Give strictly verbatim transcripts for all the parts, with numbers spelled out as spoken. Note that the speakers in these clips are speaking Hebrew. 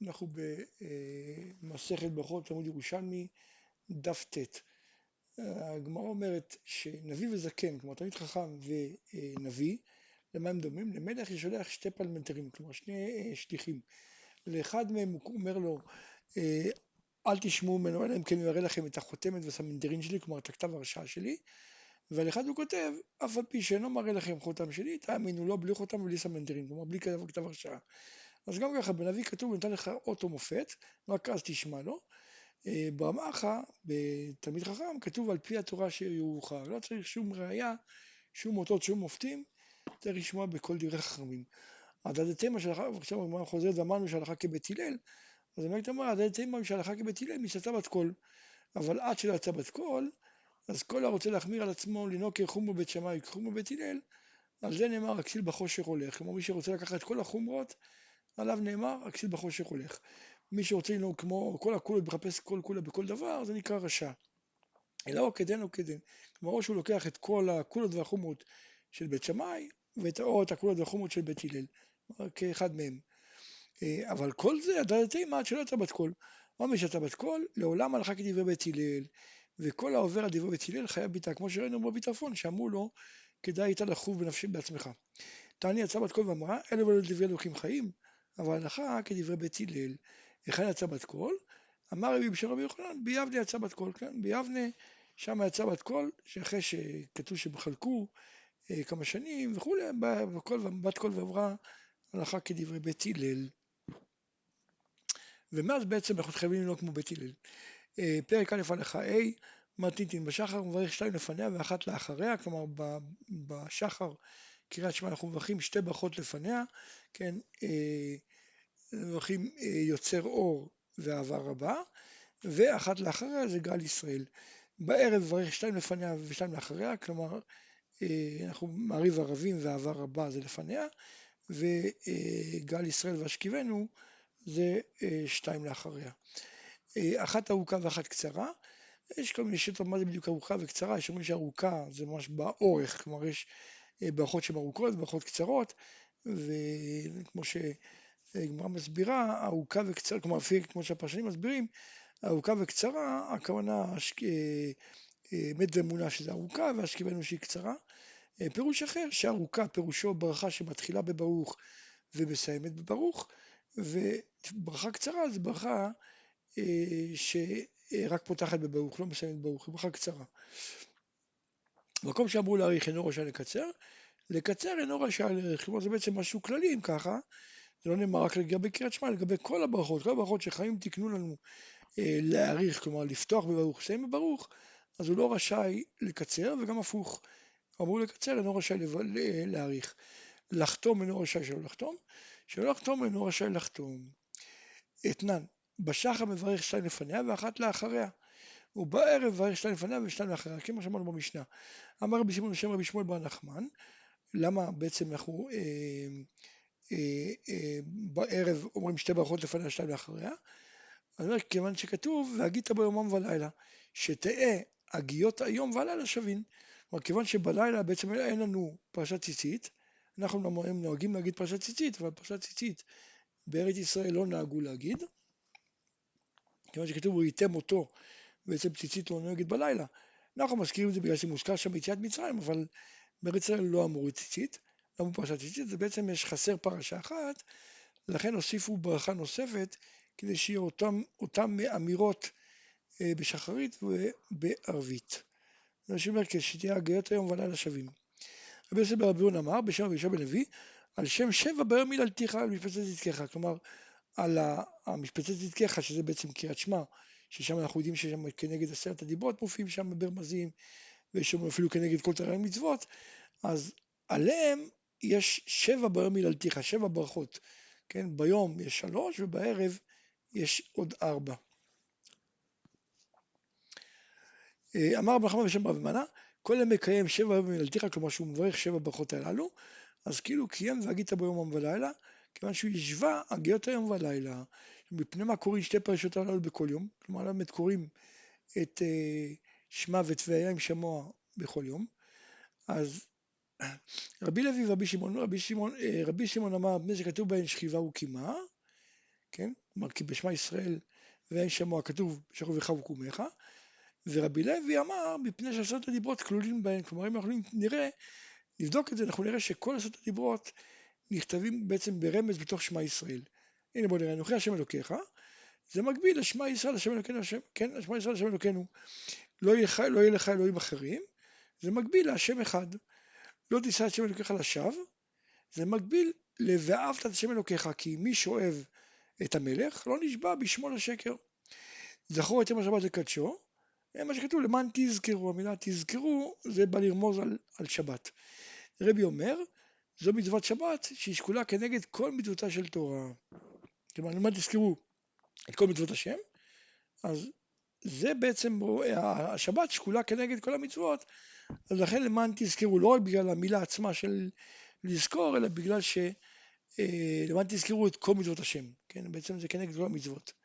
אנחנו במסכת ברכות תלמוד ירושלמי דף ט'. הגמרא אומרת שנביא וזקן, כלומר תלמיד חכם ונביא, למה הם דומים? למלך ששולח שתי פרלמנטרים, כלומר שני שליחים. לאחד מהם הוא אומר לו אל תשמעו ממנו אלא אם כן הוא יראה לכם את החותמת והסמנדרין שלי, כלומר את הכתב הרשעה שלי, ועל אחד הוא כותב אף על פי שאינו מראה לכם חותם שלי תאמינו לו בלי חותם ובלי סמנדרין, כלומר בלי כתב הרשעה. אז גם ככה בנביא כתוב הוא נתן לך אות ומופת, רק אז תשמע לו. ברמח"א, בתלמיד חכם, כתוב על פי התורה שיורחר, לא צריך שום ראיה, שום אותות, שום מופתים, צריך לשמוע בכל דברי חכמים. הדדתימה של הלכה, עכשיו הגמרא חוזרת ואמרנו שהלכה כבית הלל, אז אומרת הגמרא, הדדתימה של הלכה כבית הלל מסתתא בת קול, אבל עד שלא יצא בת קול, אז כל הרוצה להחמיר על עצמו לנהוג כחומו בית שמאי כחומו בית הלל, על זה נאמר הכסיל בחושך הולך, כמו מי שרוצה לקחת את כל החומרות, עליו נאמר הכסיל בחושך הולך. מי שרוצה לנהוג כמו כל הקולות, מחפש כל קולה בכל דבר, זה נקרא רשע. אלא או כדין או כדין. כלומר, או שהוא לוקח את כל הקולות והחומות של בית שמאי, או את הקולות והחומות של בית הלל, כאחד מהם. אבל כל זה, הדדתימה עד שלא יצא בת קול. או מי שיצא בת קול, לעולם הלכה כדברי בית הלל, וכל העובר על דברי בית הלל חייב ביתה, כמו שראינו ברבי טרפון, שאמרו לו, כדאי איתה לחוב בנפשי בעצמך. תעני יצא בת קול ואמרה, אלה ולא דברי אלוקים חיים, אבל הלכה כדברי בית הלל. אחד יצא בת קול, אמר רבי בשם רבי יוחנן, ביבנה יצא בת קול, כן? ביבנה שם יצא בת קול, שאחרי שכתוב שבחלקו אה, כמה שנים וכולי, בת קול ועברה הלכה כדברי בית הלל. ומאז בעצם אנחנו חייבים לנהוג כמו בית הלל. אה, פרק א' הלכה A, מתניתין בשחר מברך שתיים לפניה ואחת לאחריה, כלומר בשחר קריאת שמע אנחנו מברכים שתי ברכות לפניה, כן, אה, מברכים אה, יוצר אור ואהבה רבה, ואחת לאחריה זה גל ישראל. בערב מברך שתיים לפניה ושתיים לאחריה, כלומר אנחנו מעריב ערבים ואהבה רבה זה לפניה, וגל ישראל והשכיבנו זה שתיים לאחריה. אחת ארוכה ואחת קצרה, יש כל מיני שיטות מה זה בדיוק ארוכה וקצרה, יש אומרים שארוכה זה ממש באורך, כלומר יש ברכות שהן ארוכות וברכות קצרות, וכמו שגמרא מסבירה, ארוכה וקצרה, כלומר לפי כמו שהפרשנים מסבירים, ארוכה וקצרה, הכוונה אמת ואמונה שזה ארוכה והשכיבנו שהיא קצרה. פירוש אחר שארוכה פירושו ברכה שמתחילה בברוך ומסיימת בברוך, וברכה קצרה זה ברכה שרק פותחת בברוך, לא מסיימת בברוך, היא ברכה קצרה. מקום שאמרו להאריך אינו רשאי לקצר, לקצר אינו רשאי להאריך, כלומר זה בעצם משהו כללי אם ככה, זה לא נאמר רק לגבי קריאת שמע, לגבי כל הברכות, כל הברכות שחיים תקנו לנו להאריך, כלומר לפתוח בברוך, לסיים בברוך, אז הוא לא רשאי לקצר, וגם הפוך, אמרו לקצר אינו רשאי להאריך. לחתום אינו רשאי שלא לחתום, שלא לחתום אינו רשאי לחתום. אתנן, בשחר מברך שתיים לפניה ואחת לאחריה, ובערב מברך שתיים לפניה ושתיים לאחריה, כמו שאמרנו במשנה. אמר רבי שמעון בשם רבי שמואל בר נחמן, למה בעצם אנחנו אה, אה, אה, בערב אומרים שתי ברכות לפניה ושתיים לאחריה? אני אומר, כיוון שכתוב, והגית בו יומם ולילה, שתהא הגיות היום והלילה שווין. כלומר, כיוון שבלילה בעצם אין לנו פרשת ציצית, אנחנו נוהגים להגיד פרשת ציצית, אבל פרשת ציצית בארץ ישראל לא נהגו להגיד, כיוון שכתוב, הוא ייתם אותו, בעצם ציצית לא נוהגת בלילה. אנחנו מזכירים את זה בגלל שמוזכר שם ביציאת מצרים, אבל בארץ ישראל לא אמרו ציצית, לא אמרו פרשת ציצית, זה בעצם יש חסר פרשה אחת, לכן הוסיפו ברכה נוספת, כדי שיהיו אותם, אותם אמירות אה, בשחרית ובערבית. זה שאומר כשתהיה הגיות היום ולילה שווים. רבי יוסף ברבי יהודה אמר בשם רבי יהושע בן לוי, על שם שבע באר מילתיך על משפטי צדקיך, כלומר על המשפטי צדקיך שזה בעצם קריאת שמע, ששם אנחנו יודעים ששם כנגד עשרת הדיברות מופיעים שם ברמזים, ושם אפילו כנגד כל תרי"ג מצוות, אז עליהם יש שבע באר מילתיך, שבע ברכות, כן? ביום יש שלוש ובערב יש עוד ארבע. אמר רבי נחמן בשם רבי מנה, כל המקיים שבע מילתיך, כלומר שהוא מברך שבע ברכות הללו, אז כאילו קיים והגית בו יומם ולילה, כיוון שהוא ישבה הגיות היום ולילה, מפני מה קוראים שתי פרשות הללו בכל יום, כלומר באמת קוראים את שמע וטבעיה עם שמוע בכל יום. אז רבי לוי ורבי שמעון, רבי שמעון, רבי שמעון אמר, מפני שכתוב בהן שכיבה וקימה, כן? כלומר, כי בשמע ישראל ואין שמוע כתוב שכב וחב וקומך, ורבי לוי אמר מפני שעשרת הדיברות כלולים בהם, כלומר אם אנחנו נראה, נבדוק את זה, אנחנו נראה שכל עשרת הדיברות נכתבים בעצם ברמז בתוך שמע ישראל. הנה בוא נראה, אנוכי השם אלוקיך, זה מקביל לשמע ישראל השם אלוקינו, השם, כן, שמע ישראל השם אלוקינו, לא יהיה, לא יהיה לך אלוהים אחרים, זה מקביל להשם אחד. לא תישא את שם אלוקיך לשווא, זה מקביל ל"ואהבת את השם אלוקיך", כי מי שאוהב את המלך לא נשבע בשמו לשקר. זכור את יום השבת לקדשו, מה שכתוב למען תזכרו, המילה תזכרו זה בא לרמוז על, על שבת. רבי אומר, זו מצוות שבת שהיא שקולה כנגד כל מצוותה של תורה. כלומר, למען תזכרו את כל מצוות השם, אז זה בעצם, השבת שקולה כנגד כל המצוות, אז לכן למען תזכרו, לא רק בגלל המילה עצמה של לזכור, אלא בגלל ש... למען תזכרו את כל מצוות השם, כן? בעצם זה כנגד כל המצוות.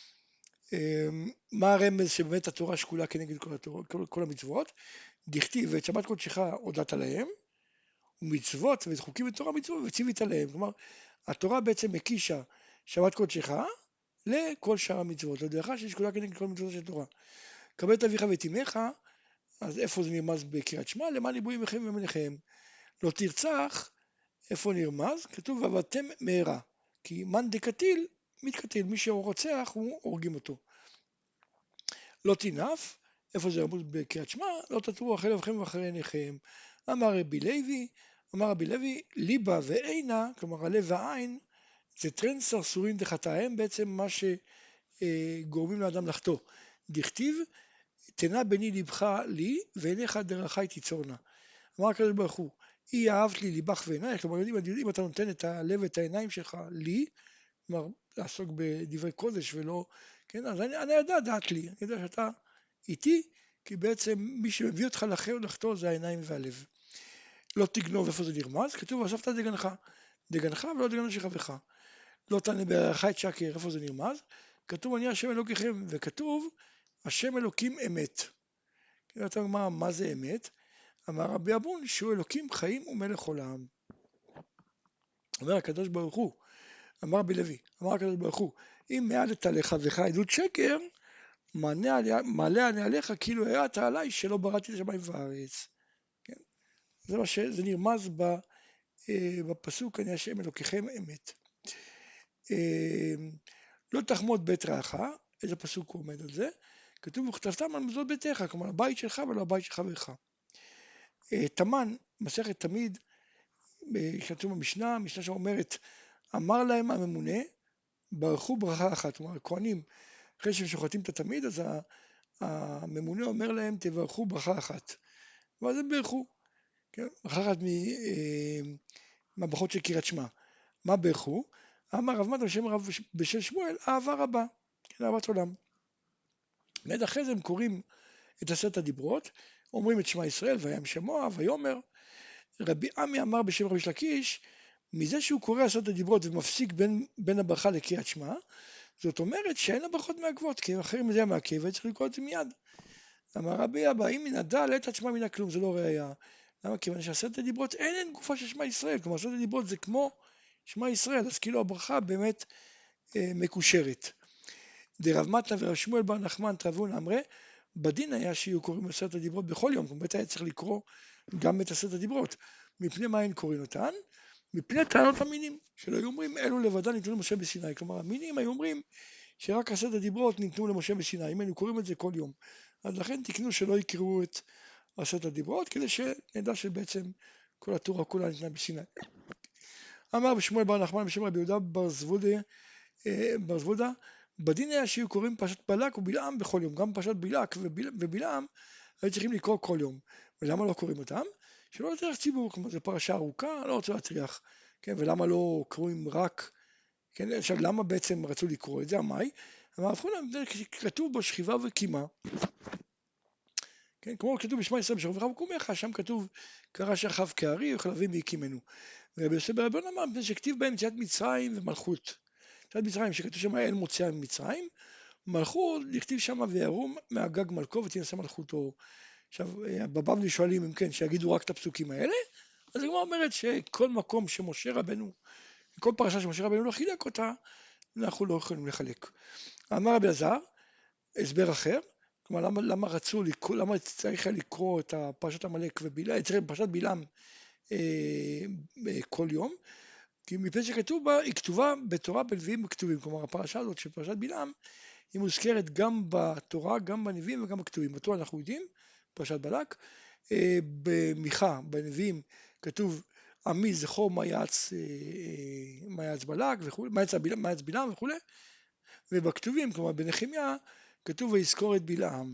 מה הרמז שבאמת התורה שקולה כנגד כל, התורה, כל, כל המצוות? דכתיב ואת שבת קודשך הודעת להם, ומצוות ואת חוקים ותורה מצוות וציווית להם. כלומר, התורה בעצם הקישה שבת קודשך לכל שאר המצוות, לדרך ששקולה כנגד כל המצוות של תורה. קבל את אביך ואת אמך, אז איפה זה נרמז בקריאת שמע? למען יבואו עמכם ומלכיהם. לא תרצח, איפה נרמז? כתוב ועבדתם מהרה, כי מאן דקתיל מתקתיל, מי שרוצח הוא הורגים אותו. לא תינף, איפה זה רמוז בקריאת שמע? לא תטורו אחרי לבכם ואחרי עיניכם. אמר רבי לוי, אמר רבי לוי, ליבה ואינה, כלומר הלב והעין, זה טרן סרסורים דחטאיהם, בעצם מה שגורמים לאדם לחטוא. דכתיב, תנה בני לבך לי, ועיניך דרכי תיצורנה. אמר הקדוש ברוך הוא, אי אהבת לי ליבך ועינייך, כלומר יודעים, אם אתה נותן את הלב ואת העיניים שלך לי, כלומר לעסוק בדברי קודש ולא, כן, אז אני, אני יודע דעת לי, אני יודע שאתה איתי, כי בעצם מי שמביא אותך לחטוא זה העיניים והלב. לא תגנוב, איפה זה נרמז? כתוב ואספת דגנך, דגנך ולא דגנו של חברך. לא תענה בערך את שקר, איפה זה נרמז? כתוב אני השם אלוקיכם, וכתוב השם אלוקים אמת. אתה אומר מה זה אמת? אמר רבי אבון שהוא אלוקים חיים ומלך עולם. אומר הקדוש ברוך הוא, אמר רבי לוי, אמר הקדוש ברוך הוא, אם מעדת לחברך עדות שקר, מעלה אני עליך כאילו הערת עליי שלא בראתי את השמיים והארץ. כן? זה מה שזה נרמז בפסוק אני השם אלוקיכם אמת. לא תחמוד בית רעך, איזה פסוק הוא עומד על זה? כתוב וכתבתם על מזוזות ביתך, כלומר הבית שלך ולא הבית של חברך. תמן, מסכת תמיד, כתוב במשנה, המשנה שאומרת, אמר להם הממונה, ברכו ברכה אחת, כלומר הכהנים, אחרי שהם שוחטים את התמיד, אז הממונה אומר להם, תברכו ברכה אחת. ואז הם ברכו, כן? ברכה אחת מהברכות של קריאת שמע. מה ברכו? אמר רב מדרש בשם רב בשם שמואל, אהבה רבה, כן, אהבת עולם. מיד אחרי זה הם קוראים את עשרת הדיברות, אומרים את שמע ישראל, וים שמוע, ויאמר. רבי עמי אמר בשם רבי לקיש, מזה שהוא קורא עשרת הדיברות ומפסיק בין, בין הברכה לקריאת שמע, זאת אומרת שאין הברכות מעכבות, כי אחרים זה מעכב, וצריך לקרוא את זה מיד. אמר רבי אבא, אם מן הדל, עת שמע מן הכלום, זה לא ראיה. למה? כיוון שעשרת הדיברות אין אין גופה של שמע ישראל, כלומר עשרת הדיברות זה כמו שמע ישראל, אז כאילו הברכה באמת אה, מקושרת. דרב מתנה ורב שמואל בר נחמן תרבון אמרי, בדין היה שיהיו קוראים עשרת הדיברות בכל יום, באמת היה צריך לקרוא גם את עשרת הדיברות. מפני מה אין קוראים אותן? מפני טענות המינים, שלא היו אומרים אלו לבדן ניתנו למשה בסיני, כלומר המינים היו אומרים שרק עשרת הדיברות ניתנו למשה בסיני, אם היינו קוראים את זה כל יום. אז לכן תקנו שלא יקראו את עשרת הדיברות, כדי שנדע שבעצם כל התורה כולה ניתנה בסיני. אמר בשמואל בר נחמן בשם רבי יהודה בר זבודה, בר זבודה, בדין היה שיהיו קוראים פרשת בלק ובלעם בכל יום, גם פרשת בלק ובלעם היו צריכים לקרוא כל יום. ולמה לא קוראים אותם? שלא להטריח ציבור, כלומר זו פרשה ארוכה, לא רוצה להטריח, כן, ולמה לא קוראים רק, כן, עכשיו למה בעצם רצו לקרוא את זה, המאי? אמר הפכו להם, כתוב בו שכיבה וקימה, כן, כמו כתוב בשמע ישראל בשכיבה וקומך, שם כתוב קרא שכב כארי וכלבים והקימנו. ורבי יוסף בן רבן אמר, מפני שכתיב בהם יציאת מצרים ומלכות. יציאת מצרים, שכתוב שם אל מוציאה ממצרים, מלכות, נכתיב שם וירום מהגג מלכו ותנסה מלכותו. עכשיו, בבבלי שואלים אם כן, שיגידו רק את הפסוקים האלה, אז הגמרא אומרת שכל מקום שמשה רבנו, כל פרשה שמשה רבנו לא חילק אותה, אנחנו לא יכולים לחלק. אמר רבי אלעזר, הסבר אחר, כלומר למה, למה רצו לקרוא, למה צריך היה לקרוא את פרשת עמלק ובלעם, צריך פרשת בלעם אה, כל יום, כי מפני שכתוב בה, היא כתובה בתורה, בנביאים וכתובים, כלומר הפרשה הזאת של פרשת בלעם, היא מוזכרת גם בתורה, גם בנביאים וגם בכתובים. בתורה אנחנו יודעים, פרשת בלק, אה, במיכה, בנביאים, כתוב עמי זכור מה יעץ, אה, מה יעץ בלק וכולי, מה יעץ בלעם, מה יעץ בלעם וכולי, ובכתובים, כלומר בנחמיה, כתוב ויזכור את בלעם.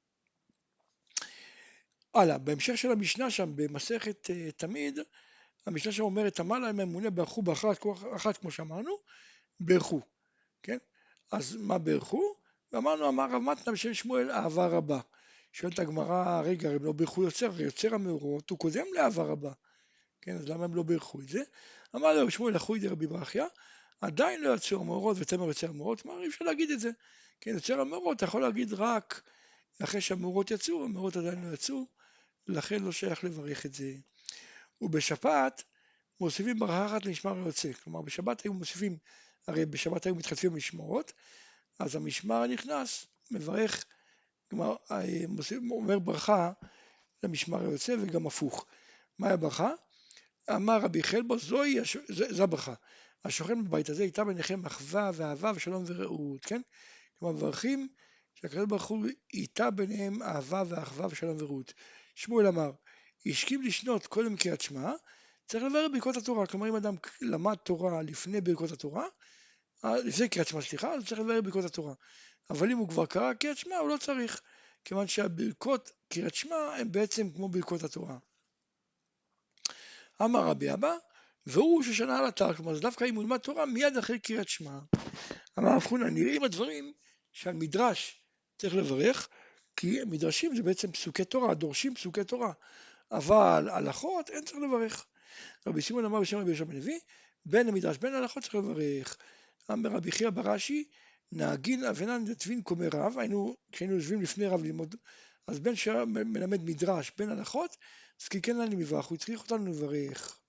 הלאה, בהמשך של המשנה שם, במסכת uh, תמיד, המשנה שם אומרת, אמר להם הממונה ברכו ברכה אחת כמו שאמרנו, ברכו, כן? אז מה ברכו? ואמרנו, אמר רב מתנה בשם שמואל, אהבה רבה. שואלת הגמרא, רגע, הם לא ברכו יוצר, יוצר המאורות, הוא קודם לאהבה רבה, כן? אז למה הם לא ברכו את זה? אמר לו שמואל, אחוי דרבי ברכיה, עדיין לא יוצר המאורות ותמר יוצר המאורות, כלומר אי אפשר להגיד את זה, כן? יוצר המאורות, אתה יכול להגיד רק אחרי שהמאורות יצאו, המאורות עדיין לא יצאו, לכן לא שייך לברך את זה. ובשבת מוסיפים ברכה אחת למשמר היוצא, כלומר בשבת היו מוסיפים, הרי בשבת היו מתחלפים משמרות, אז המשמר הנכנס מברך, כלומר מוסיף, אומר ברכה למשמר היוצא וגם הפוך. מהי הברכה? אמר רבי חלבו, זוהי, זו הברכה. השוכן בבית הזה איתה ביניכם אחווה ואהבה ושלום ורעות, כן? כלומר מברכים שהקדוש ברוך הוא איתה ביניהם אהבה ואחווה ושלום ורעות. שמואל אמר, השכים לשנות קודם קריאת שמע, צריך לברך ברכות התורה, כלומר אם אדם למד תורה לפני ברכות התורה, לפני קריאת שמע סליחה, אז צריך לברך ברכות התורה. אבל אם הוא כבר קרא קריאת שמע הוא לא צריך, כיוון שהברכות קריאת שמע הן בעצם כמו ברכות התורה. אמר רבי אבא, והוא ששנה על אתר, כלומר דווקא אם הוא ילמד תורה מיד אחרי קריאת שמע. אמר רב חונן, נראים הדברים שעל מדרש צריך לברך, כי מדרשים זה בעצם פסוקי תורה, דורשים פסוקי תורה, אבל הלכות אין צריך לברך. רבי שמעון אמר בשם רבי יהושע בן לוי, בין המדרש בין ההלכות צריך לברך. אמר רבי חייא ברש"י, נהגין אבנן דתבין קומי רב, היינו, כשהיינו יושבים לפני רב ללמוד, אז בין שמלמד מדרש בין הלכות, אז כי כן לנו מברך, הוא צריך אותנו לברך.